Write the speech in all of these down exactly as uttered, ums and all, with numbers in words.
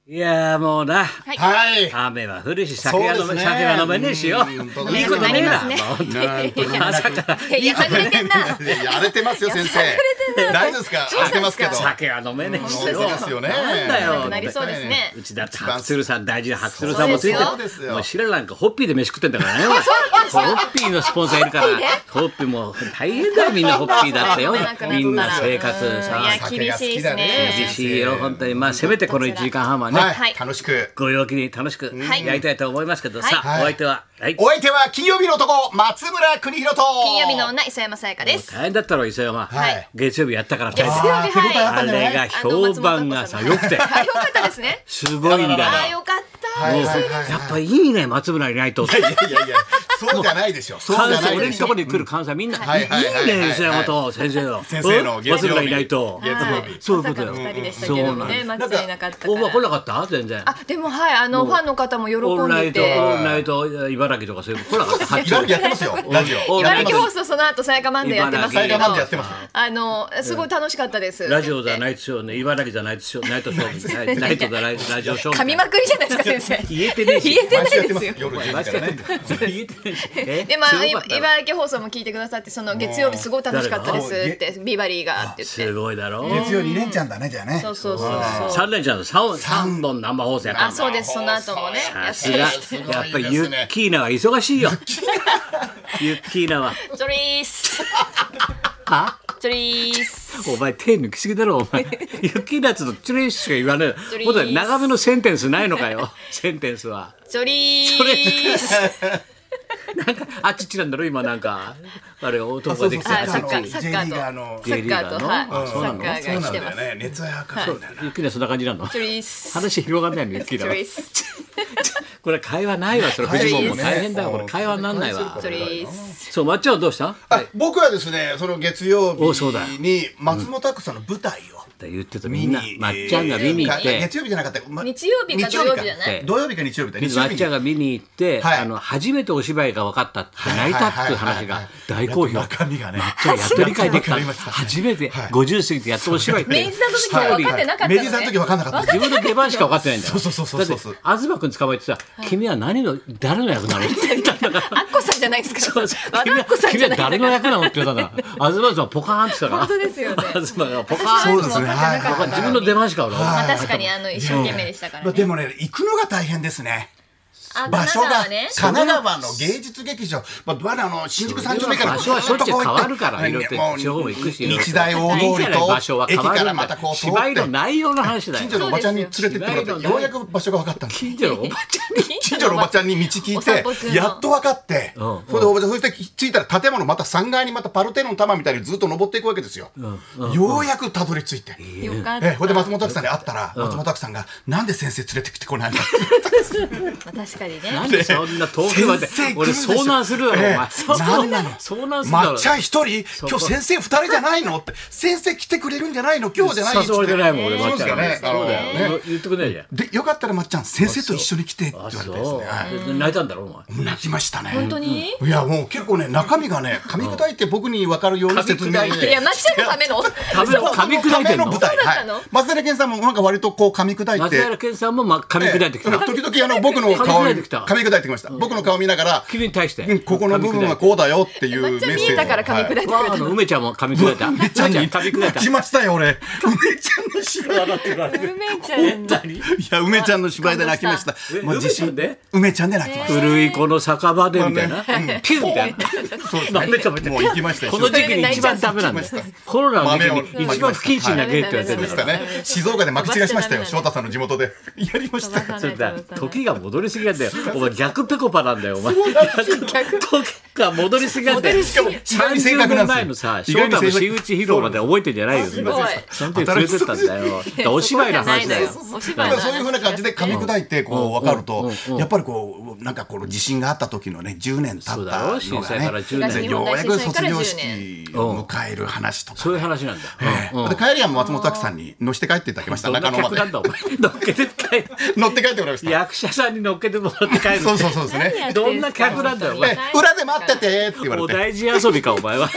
いやーもうな、 はいはい。 雨は降るし酒が飲め、 そうですね酒が飲めねえしよ。 うん本当だいいことねえな。 なりますねもう本当に朝からいややられてんな。 やれてますよ先生。大丈夫ですか。やれてますけど。 酒は飲めねえしそうよ。 ですよね。 なんだよなりそうですね。 うちだって白鶴さん大事な白鶴さんもついてそうですよもう白なんかホッピーで飯食ってんだからね。ホッピーのスポンサーいるからホッピーも大変だよみんなホッピーだってよ。みんな生活さいや厳しいですね。 厳しいよ本当に。まあせめてこのいちじかんはんはねはい。楽しく。 ご陽気に楽しくはいやりたいと思いますけどさあはいお相手ははいお相手は金曜日の男松村邦弘と。 金曜日の女磯山さやかです。 大変だったろ磯山はい月曜日やったから月曜日あー手応えああったねれが評判がさ良くてあ、よかったですね。 すごいんだよ。 あ、よかった。 はいはいはいはい。 やっぱいいね松村いないと。 いやいやいや、そうじゃないでしょ。そう関じゃない西俺のとでしょ。 ころに来る関西みんなはいいいはいはいはいね磯山と先生よ。 先生のうん月曜日松村いないと。 月曜日。 そういうことよまさかの二人でしたけどもね、松井いなかったかお前来なら。 かった全然。 あ、でもはい、あのファンの方も喜オールナイトオんでて。 ールナイト茨城とかそういう来なかった。八ラジオやってますよ。ラジオ。 茨オールナイト城放送その後さやかマンデーやってますけどさやかマンデーやってます。 あのすごい楽しかったです。 ラジオだナイトショーね茨城だナイトショーナイトショーナイトだラジオショー。 噛みまくりじゃないですか先生。 言えてねえし。 言えてない毎週やってます。 ですよ。 夜じゅうじからね。 言えてねえし。えでもあのすごかった茨城放送も聞いてくださってその月曜日すごい楽しかったですってビバリーがって言って。 すごいだろ。 月曜に連チャンだねじゃあね。 そうそうそうそう。 三連チャンの三三本生放送やったんだ。 あ、そうですその後もねやさってすがやっぱりユッキーナは忙しいよ。ユッキーナは。 チョリースは？ チョリース。 お前手抜きすぎだろお前。ユッキーナっつうとチュレーしか言わない。 チュレーもっと長めのセンテンスないのかよ。センテンスは。 チョリそれース。 なんかあっちっちなんだろ今なんかあれ男ができたあサッカーサッカーと J リーガーのサッカーとはいサそうなのッカーがそうなん来てます。 だよね。熱愛測るんだよな。 ユッキーナそんな感じなの。 チョリース。 話広がんないのユッキーナはチョリー。ス。 これ会話ないわそれフジモンも大変だよこれ会話になんないわ。 チョリース。 そうまっちゃんはどうした？ あ、僕はですね、その月曜おそうだ日に松本拓さんの舞台を言ってたみんな見にまっちゃんが見に行って月曜日じゃなかった。ま日曜日か土曜日じゃない？ 土曜日か日曜日だ。日曜日にまっちゃんが見に行って、 はいあの初めてお芝居が分かったって泣いたっていう話が大好評。 中身がね。 じゃあやっと理解できた。 わかりました初めてはいごじゅう過ぎてやっとお芝居って。 明治さんの時は分かってなかったのね。 明治さんの時分かんなかった。 自分の出番しか分かってないんだよ。 そうそうそうそうそうだって東君捕まえてさ、君は何の誰の役なのって言ったんだから。 アッコさんじゃないですか。 そうそう和田君はアッコさん君じゃない。 は誰の役なのって言ったんだから。東さんはポカーンって言ってたから。 本当ですよね東がポカーン。 そうですね。はいはいはい自分の出番しか分からない。 まあ確かにあの一生懸命でしたからね。 でもね、行くのが大変ですね。 あ場所がね。 神奈川の芸術劇場、まあ、まだあの新宿三丁目から場所はしょっちゅう変わるからねいろいろともう地方も行くしいろいろと日大大通りいいじゃない場所はと駅変わるんだからまたこう通って芝居の内容の話だよ近所のおばちゃんに連れてってもらって芝居のようやく場所が分かったんです。 近所のおばちゃんに近所のおばちゃんに道聞いお散歩中のてやっと分かって、 んそれでおばちゃんそして着いたら建物またさんがいにまたパルテノン玉みたいにずっと登っていくわけですよ。ようやくたどり着いて。 よかった。 え、ほいで松本拓さんに会ったら、松本拓さんがなんで先生連れてきてこないの？ まあ確かにね。 なんでそんな遠くまで俺遭難するだろお前ええなんなの遭難するだろまっちゃん一人今日先生二人じゃないのって先生来てくれるんじゃないの今日じゃないっつって誘われてないもん俺まっちゃんそうですよねそうだあのよ言ってくれないじゃんでよかったらまっちゃん先生と一緒に来てって言わあれてですそうねはい泣いたんだろお前泣きましたね本当に？ いやもう結構ね中身がね噛み砕いて僕に分かるように説明噛み砕いていや、まっちゃんのための。 噛み噛み砕いてんのの舞台そうだったのはい松平健さんもなんか割とこう噛み砕い松て平健さんもま噛み砕いてきた時々あの僕の顔に噛み砕いてきた噛み砕いてきました僕の顔見ながら君に対してうんここの部分はこうだよっていうメッセージまっちゃん見えたから噛み砕いてくれたわああの梅ちゃんも噛み砕いた梅ちゃんに噛み砕いた来ましたよ俺梅ちゃんの芝居梅ちゃんだ。 いや梅ちゃんの芝居で泣きましたえもう自信梅ちゃんで梅ちゃんで泣きました古いこの酒場でみたいなまあねピュンみたいなそうですねなんで食べてもう行きましたよこの時期に一番ダメなんだよ行きましたコロナの時期豆をに一番不謹慎な芸って言われてるんだからね静岡でまき散らしましたよ翔太さんの地元でやりましたよそれだ時が戻りすぎなんだよお前逆ペコパなんだよお前逆時が戻りすぎなんだよしかも意外に正 30 確なんですよ年前のさ意翔太の外に正確真打ち披露まで覚えてんじゃないよすごいその時連れてったんだよだからお芝居の話だよお芝居の話そういうふうな感じで噛み砕いてこう分かるとうんうんうんやっぱりこうなんかこの地震があった時のねじゅうねん経そうったのだろ震災からがじゅうねんねようやく卒業式を迎える話とかそういう話なんだうんうんで帰りは松本拓さんに乗せて帰っていただきましたどんな中野まで客なんだお前乗っけて帰る乗って帰ってもらいました役者さんに乗っけてもらって帰るそうそうそうですねどんな客なんだよお前え裏で待っててって言われてお大事遊びかお前は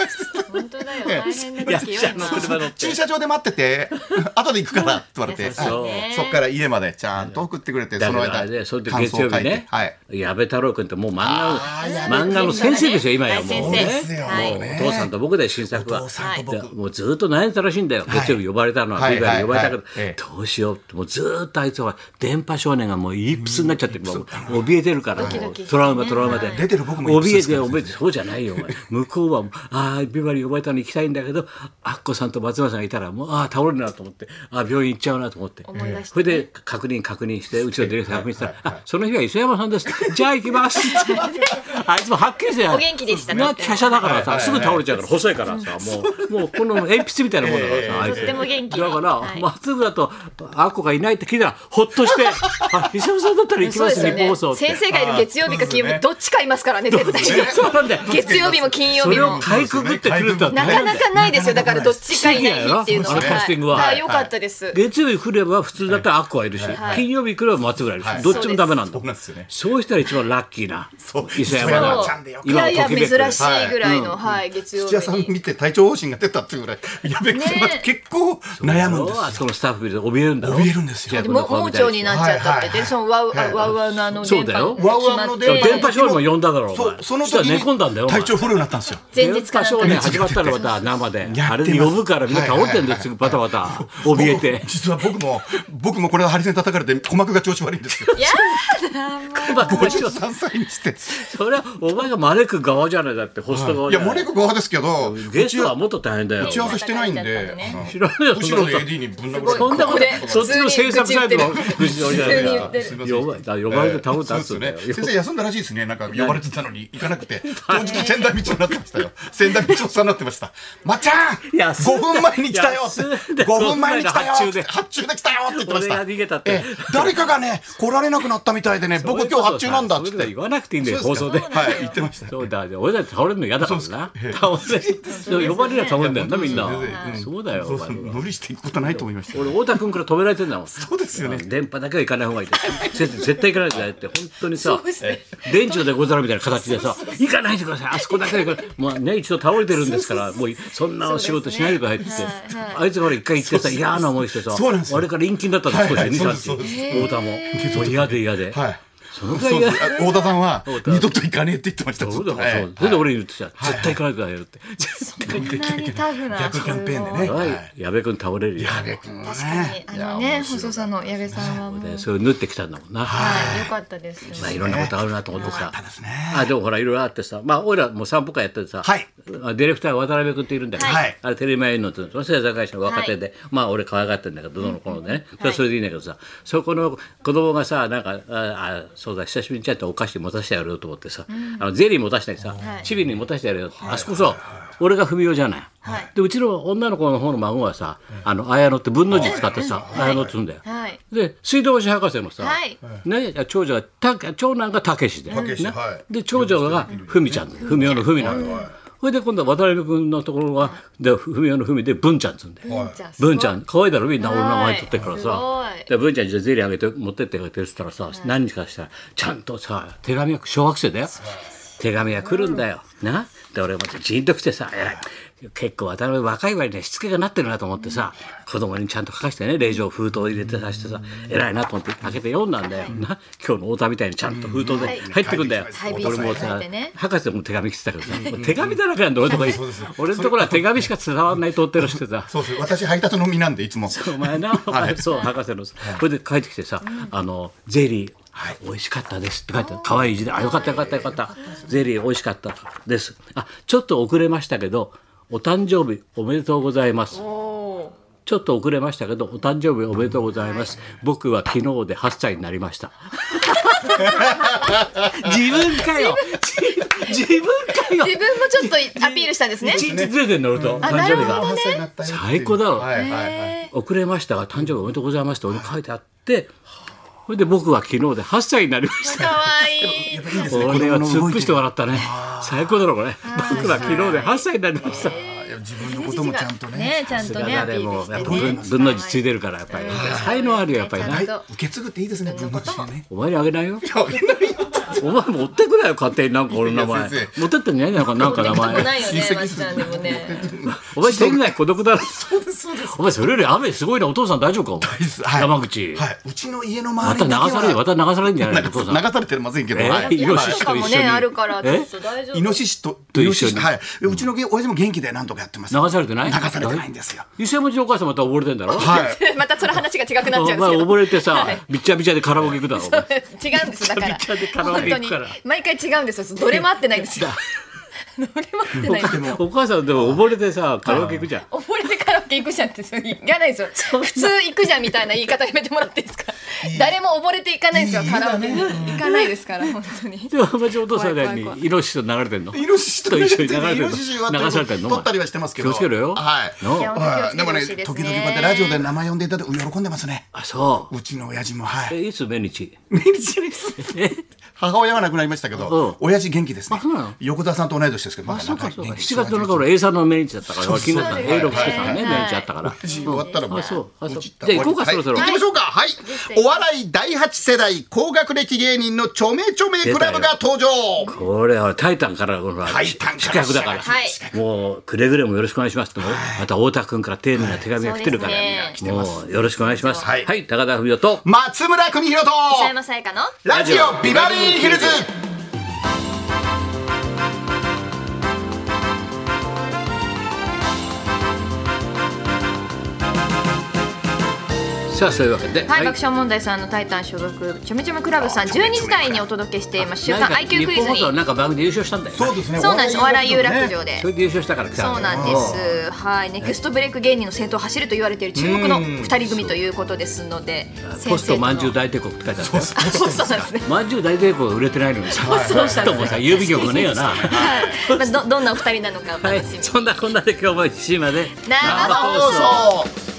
本当だよ、大変な時よ役者の車乗って駐車場で待ってて後で行くからって言われて、 優しいねそっから家までちゃんと送ってくれて、その間でそれで感想を書いて、 月曜日ね、 はい、 矢部太郎君ってもう漫画あーの漫画の先生ですよ今やもう先生ね。 ですよ、 はいもうねお父さんと僕で新作はお父さんと僕でもうずっと悩んでたらしいんだよ、 はい月曜日呼ばれたのは、 はいビバリー呼ばれたけど、 はいはいええどうしようってもうずっとあいつは電波少年がもうイップスになっちゃってもう怯えてるからもうトラウマトラウマで出てる僕もイップス怯えですからて怯えてそうじゃないよお前向こうはああビバリー呼ばれたのに行きたいんだけどアッコさんと松村さんがいたらもうああ倒れるなと思ってああ病院行っちゃうなと思って思い出してねそれで確認確認してうちのディレクター確認したらあその日は磯山さんですじゃあ行きますあいつもはっきりしてお元気でしたねな華奢だからさ、 はいはいはいすぐ倒れちゃうから細いからさ、もうもうこの鉛筆みたいなもんだからさ、あいつとっても元気だから、 はい松村とあっこがいないって聞いたらほっとしてあ伊沢さんだったら行きます日本そうですよね放送って先生がいる月曜日か金曜あー日どっちかいますからね絶対そうなんだよ月曜日も金曜それを日もかいくぐってくるってなかなかないですよだからどっちかいない日っていうのは不思議だよなあのキャスティングははい、よかったです月曜日来れば普通だったらアッコはいるし、 はい金曜日来れば松村いるし、 はいどっちもダメなんだそうなんですよね。 そういう人は一番ラッキーなそう磯山磯だ山ちゃんでよいやいやときめく珍しいぐらいの、はい、月曜土屋さん日に見て体調方針が出たっていうぐらい矢部君はね結構悩むんですよ。 あそこのスタッフ見ると怯えるんだろ怯えるんですよ主役も盲の顔見たり腸になっちゃったって、 はいはいはいでそのワウはいワウワウのあの電そうだよ波ワウワウの電波決まって電波少年も呼んだだろお前そうそのしたら寝時に込んだんだよお前体調不良になったんですよ。 前電波少日かなんか年始まったらまた生でやってますあれで呼ぶからみんな倒れてんですよバタバタ怯えて実は僕も僕もこれはハリセン叩かれて鼓膜が調子悪いんですよ。 いやだもうごじゅうさんさいにして。 それはお前が招く側じゃないだってホスト側いやじゃないモネク側ですけどゲストはもっと大変だよ打ち合わせしてないんで、 知らないよ後ろの エーディー にぶん殴られてそんなことここでそっちの制作サイトの愚痴じゃない普通に言ってるすいません呼ばだ呼ばれて倒れたっつそううんだよですよね。先生休んだらしいですね。なんか呼ばれてたのに行かなくて、当日千田光雄になってましたよ。千田光雄さんになってました。まっちゃん、 休んだごふんまえに来たよって休んでごふんまえに来たよ発注で発注で来たよって言ってました。 俺が逃げたってええ誰かがね来られなくなったみたいでね、僕今日発注なんだっつってそういうこと言わなくていいんだよ放送ではい言ってました。 そうだ俺だって倒れるの嫌だからな倒れ呼ばれりゃ倒れるんだよなみんなそうだよそうそう無理していくことないと思いました。 俺太田君から止められてんだもんそうですよね。 電波だけは行かない方がいいって先生絶対行かないでくださいって本当にさそうですね電柱でござるみたいな形でさ行かないでくださいあそこだけでこれもうね一度倒れてるんですからもうそんな仕事しないでくださいって言ってはいはいあいつが俺一回行ってさ嫌な思いしてさそうなんですよあれから陰菌だったんです少しはいはいにさんそうです日太田ももう嫌で嫌ではい。 そのぐらそいう嫌です。太田さんは太田二度と行かねえって言ってました。 そうだはいそうそれで俺に言ってさ絶対行かないでくださいよってこんなにタフな逆キャンペーンでねおい矢部君倒れるよ矢部君は確かにね。 あのね細さの矢部さんはもうでそれを縫ってきたんだもんなはい良かったですよまあいろんなことあるなと思ってさたですね。 あでもほらいろいろあってさまあ俺らもう散歩会やっててさ、 はいあディレクターが渡辺君っているんだけど、 はいあれテレビ前のその制作会社の若手で、まあ俺可愛がってるんだけどどの頃でね、それはそれでいいんだけどさそこの子供がさなんかああそうだ久しぶりにちゃんとお菓子持たせてやるよと思ってさ、あのゼリー持たせたりさ、 はいチビに持たせてやるよ、あそこさ俺が文雄じゃない、 はいでうちの女の子の方の孫はさあの綾乃って文の字使ってさ綾乃っつうんだよ、 はいで水道橋博士のさ、 はいね、長女がた長男がたけしで、 たけしねはいで長女がふみちゃんふみおのふみなの、それで今度は渡辺君のところがでふみおのふみで文ちゃんっつうんだよ、 文ちゃんすごい文ちゃん可愛いだろみんな俺の名前取ってるからはさいで文ちゃんじゃあゼリーあげて持ってってって言ったらさ、何日かしたらちゃんとさ手紙が小学生だよ手紙が来るんだよ、なで俺もじーんと来てさ偉い結構渡辺若い割にはしつけがなってるなと思ってさ、子供にちゃんと書かしてね令状封筒入れてさしてさ偉いなと思って開けて読んだんだよ、な今日の太田みたいにちゃんと封筒で入ってくんだよ、 はい俺もさ、 はいはいね博士も手紙来てたけどさ、手紙だらけなんだ俺のとこに俺のところは手紙しか伝わらないとってるしてさそうです。私配達の身なんでいつも。 お前な、お前そう博士のさ、これで帰ってきてさ、あのゼリー。美味しかったですって書いてある可愛い字で、あよかったよかったよかったゼリー美味しかったですあちょっと遅れましたけどお誕生日おめでとうございますおちょっと遅れましたけどお誕生日おめでとうございます僕は昨日ではっさいになりました自分かよ自分かよ自分もちょっとアピールしたんですね一日ずれてんの俺と誕なる生日がほどね最高だろはいはいはい。 遅れましたが誕生日おめでとうございますって俺に書いてあってそれで僕は昨日ではっさいになりました可愛いいいですね。 俺は突っ子供の動いて伏して笑ったね最高だろこれ僕は昨日ではっさいになりましたや自分のこともちゃんとねねちゃんとねアピでもやっぱールしてね。 分分の字ついてるからやっぱり才能あるよやっぱりな。 ちゃんと受け継ぐっていいですね、文の字ね。 お前にあげないよ。お前持ってくれよ勝手になんか俺の名前いや先持ってってんじゃないのかなんか名持ってくとこ前。 ないよね親戚まっちゃんでもね。 お前天外孤独だろ。お前それより雨すごいなお父さん大丈夫かお前。 はい山口。 はい、うちの家のまた周りに流されるまた流されるんじゃないのお父さん。 流されてるまずいけど、 えはいイノシシとかもねあるからちょっと大丈夫。 イノシシとと一緒にイノシシはい、うちの親父も元気でなんとかやってます。 流されてない流されてないんですよ。 伊勢文字のお母さんまた溺れてんだろ。 はいまたその話が違くなっちゃお前うんですけど。 溺れてさびっちゃびちゃでカラオケ行くだろお前。 違うんですだからびちゃびちゃでカラオ本当にケ行くから毎回違うんですよ。どれも合ってないんですよ。どれも合ってないんですよ。 お母さんでも溺れてさカラオケ行くじゃん。 溺れてカラオケ行くじゃんってそれいらないですよ。普通行くじゃんみたいな言い方やめてもらっていいですか。誰も溺れて行かないですよ。カラオケ行かないですから本当に。 でも同じお父さん怖い怖い怖いにイノシシと流れてんの。 イノシシと一緒に流れてるのイノシシは流されてんの取ったりはしてますけど。 気をつけろよはい。 のいやはいでもね気をつけてほしいですね時々こうやってラジオで名前呼んでいただく喜んでますね。 あそううちの親父もはい。 えいつ命日命日です母親は亡くなりましたけど、 うん親父元気ですね。 そうなの横田さんと同い年ですけど、まだそうかそうか元気しちがつの頃 A さんの命日だったから気になったそうですね A 六輔さんね命日あったから。 終わったらもうあそうあそう落ちたじゃあ行こうかそろそろはい行きましょうか。はい。お笑い第八世代高学歴芸人のちょめちょめクラブが登場。 これはタイタンからこのタイタンから宿泊だからはいもうくれぐれもよろしくお願いしますってまた太田君から丁寧な手紙が来てるからそうですもうよろしくお願いしますはいはい高田文夫と松村邦弘と磯山さやかのラジオビバリーヒルズ。 さあそういうわけではい、爆笑問題さんのタイタン所属ちょめちょめクラブさんじゅうにじ台にお届けしています週刊 アイキュー クイズ日本放送になんか番組で優勝したんだよねそうですね。 そうなんですお笑い有楽場でそれで優勝したから来たそうなんですはいネクストブレイク芸人の先頭を走ると言われている注目のふたり組ということですのでポストまんじゅう大大帝国って書いてあるんだよそうそうなんですねまんじゅう大帝国が売れてないのにさポストもさ郵便局もねえよなはいまあどどんなお二人なのかおはい楽しみにそんなこんなで今日もしちじまで生放送放送。